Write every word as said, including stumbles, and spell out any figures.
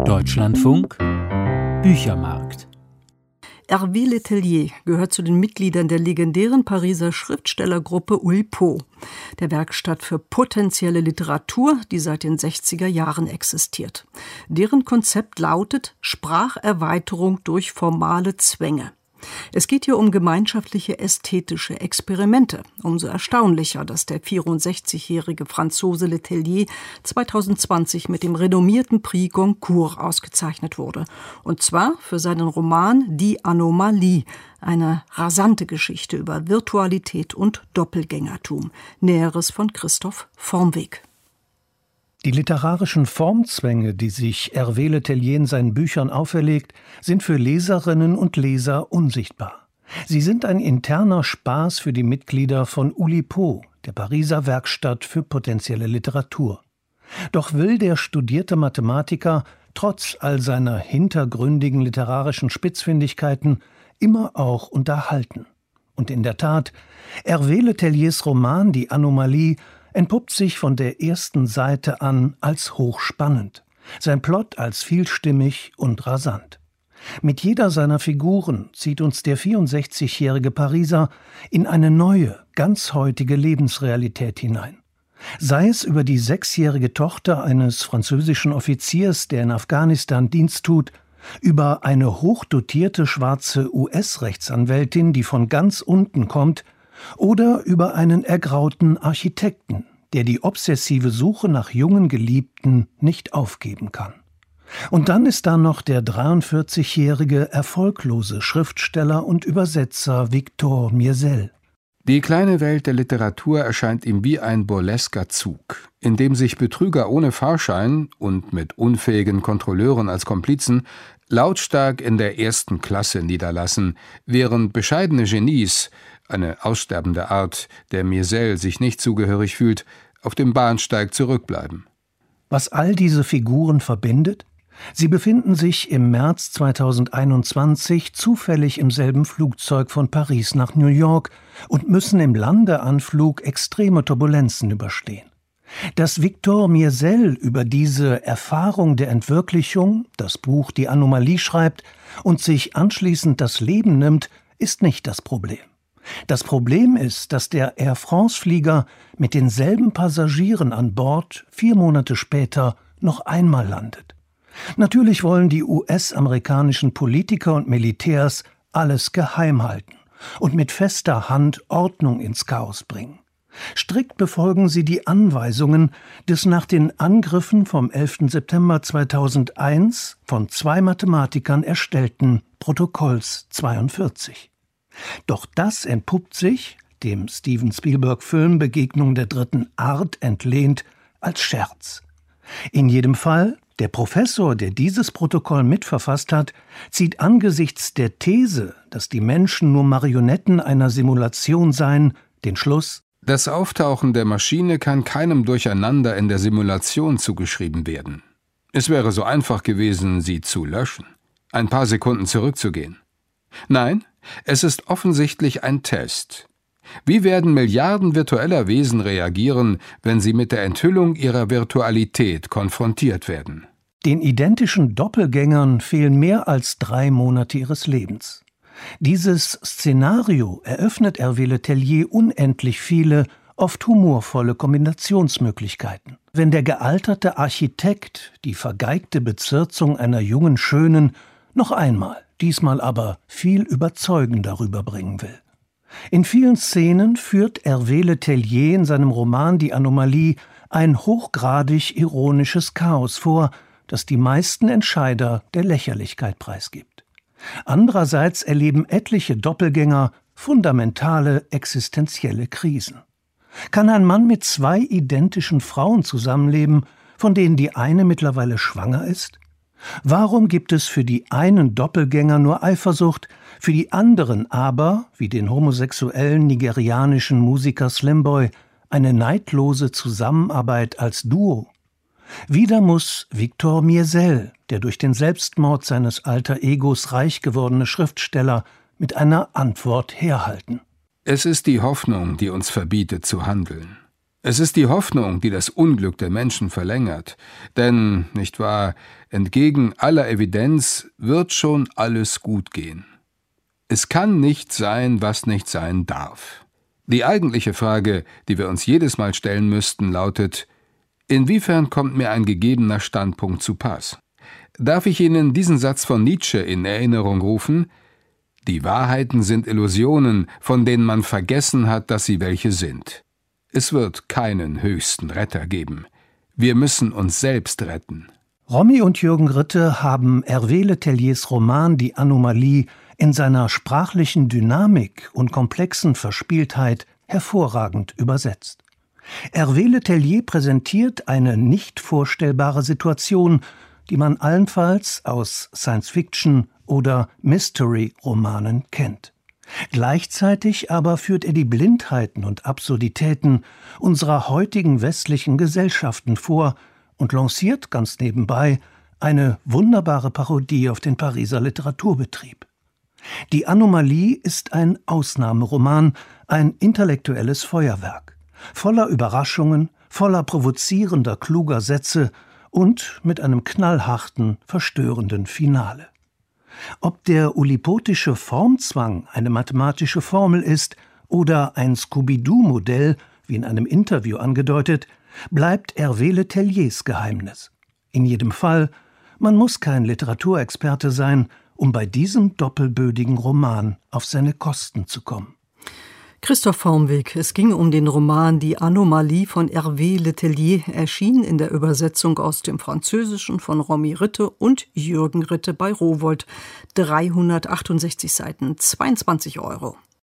Deutschlandfunk Büchermarkt. Hervé Letellier gehört zu den Mitgliedern der legendären Pariser Schriftstellergruppe Oulipo, der Werkstatt für potenzielle Literatur, die seit den sechziger Jahren existiert. Deren Konzept lautet Spracherweiterung durch formale Zwänge. Es geht hier um gemeinschaftliche ästhetische Experimente. Umso erstaunlicher, dass der vierundsechzigjährige Franzose Letellier zweitausendzwanzig mit dem renommierten Prix Goncourt ausgezeichnet wurde. Und zwar für seinen Roman Die Anomalie, eine rasante Geschichte über Virtualität und Doppelgängertum. Näheres von Christoph Vormweg. Die literarischen Formzwänge, die sich Hervé Letellier in seinen Büchern auferlegt, sind für Leserinnen und Leser unsichtbar. Sie sind ein interner Spaß für die Mitglieder von Oulipo, der Pariser Werkstatt für potenzielle Literatur. Doch will der studierte Mathematiker trotz all seiner hintergründigen literarischen Spitzfindigkeiten immer auch unterhalten. Und in der Tat, Hervé Letelliers Roman Die Anomalie entpuppt sich von der ersten Seite an als hochspannend, sein Plot als vielstimmig und rasant. Mit jeder seiner Figuren zieht uns der vierundsechzigjährige Pariser in eine neue, ganz heutige Lebensrealität hinein. Sei es über die sechsjährige Tochter eines französischen Offiziers, der in Afghanistan Dienst tut, über eine hochdotierte schwarze U S-Rechtsanwältin, die von ganz unten kommt, oder über einen ergrauten Architekten, der die obsessive Suche nach jungen Geliebten nicht aufgeben kann. Und dann ist da noch der dreiundvierzigjährige erfolglose Schriftsteller und Übersetzer Victor Meisel. Die kleine Welt der Literatur erscheint ihm wie ein burlesker Zug, in dem sich Betrüger ohne Fahrschein und mit unfähigen Kontrolleuren als Komplizen lautstark in der ersten Klasse niederlassen, während bescheidene Genies, eine aussterbende Art, der Meisel sich nicht zugehörig fühlt, auf dem Bahnsteig zurückbleiben. Was all diese Figuren verbindet? Sie befinden sich im März zweitausendeinundzwanzig zufällig im selben Flugzeug von Paris nach New York und müssen im Landeanflug extreme Turbulenzen überstehen. Dass Victor Meisel über diese Erfahrung der Entwirklichung das Buch Die Anomalie schreibt und sich anschließend das Leben nimmt, ist nicht das Problem. Das Problem ist, dass der Air France-Flieger mit denselben Passagieren an Bord vier Monate später noch einmal landet. Natürlich wollen die U S-amerikanischen Politiker und Militärs alles geheim halten und mit fester Hand Ordnung ins Chaos bringen. Strikt befolgen sie die Anweisungen des nach den Angriffen vom elften September zweitausendeins von zwei Mathematikern erstellten Protokolls zweiundvierzig. Doch das entpuppt sich, dem Steven Spielberg-Film Begegnung der dritten Art entlehnt, als Scherz. In jedem Fall, der Professor, der dieses Protokoll mitverfasst hat, zieht angesichts der These, dass die Menschen nur Marionetten einer Simulation seien, den Schluss: Das Auftauchen der Maschine kann keinem Durcheinander in der Simulation zugeschrieben werden. Es wäre so einfach gewesen, sie zu löschen, ein paar Sekunden zurückzugehen. Nein, es ist offensichtlich ein Test. Wie werden Milliarden virtueller Wesen reagieren, wenn sie mit der Enthüllung ihrer Virtualität konfrontiert werden? Den identischen Doppelgängern fehlen mehr als drei Monate ihres Lebens. Dieses Szenario eröffnet Hervé Letellier unendlich viele, oft humorvolle Kombinationsmöglichkeiten. Wenn der gealterte Architekt die vergeigte Bezirzung einer jungen Schönen noch einmal, diesmal aber viel überzeugender rüberbringen will. In vielen Szenen führt Hervé Letellier in seinem Roman Die Anomalie ein hochgradig ironisches Chaos vor, das die meisten Entscheider der Lächerlichkeit preisgibt. Andererseits erleben etliche Doppelgänger fundamentale existenzielle Krisen. Kann ein Mann mit zwei identischen Frauen zusammenleben, von denen die eine mittlerweile schwanger ist? Warum gibt es für die einen Doppelgänger nur Eifersucht, für die anderen aber, wie den homosexuellen nigerianischen Musiker Slimboy, eine neidlose Zusammenarbeit als Duo? Wieder muss Victor Meisel, der durch den Selbstmord seines alter Egos reich gewordene Schriftsteller, mit einer Antwort herhalten. Es ist die Hoffnung, die uns verbietet zu handeln. Es ist die Hoffnung, die das Unglück der Menschen verlängert. Denn, nicht wahr, entgegen aller Evidenz wird schon alles gut gehen. Es kann nicht sein, was nicht sein darf. Die eigentliche Frage, die wir uns jedes Mal stellen müssten, lautet: Inwiefern kommt mir ein gegebener Standpunkt zu Pass? Darf ich Ihnen diesen Satz von Nietzsche in Erinnerung rufen? Die Wahrheiten sind Illusionen, von denen man vergessen hat, dass sie welche sind. Es wird keinen höchsten Retter geben. Wir müssen uns selbst retten. Romy und Jürgen Ritte haben Hervé Letelliers Roman Die Anomalie in seiner sprachlichen Dynamik und komplexen Verspieltheit hervorragend übersetzt. Hervé Letellier präsentiert eine nicht vorstellbare Situation, die man allenfalls aus Science-Fiction- oder Mystery-Romanen kennt. Gleichzeitig aber führt er die Blindheiten und Absurditäten unserer heutigen westlichen Gesellschaften vor und lanciert ganz nebenbei eine wunderbare Parodie auf den Pariser Literaturbetrieb. Die Anomalie ist ein Ausnahmeroman, ein intellektuelles Feuerwerk, voller Überraschungen, voller provozierender, kluger Sätze und mit einem knallharten, verstörenden Finale. Ob der ulipotische Formzwang eine mathematische Formel ist oder ein Scooby-Doo-Modell, wie in einem Interview angedeutet, bleibt Hervé Letelliers Geheimnis. In jedem Fall, man muss kein Literaturexperte sein, um bei diesem doppelbödigen Roman auf seine Kosten zu kommen. Christoph Vormweg, es ging um den Roman Die Anomalie von Hervé Letellier, erschienen in der Übersetzung aus dem Französischen von Romy Ritte und Jürgen Ritte bei Rowohlt. dreihundertachtundsechzig Seiten, zweiundzwanzig Euro.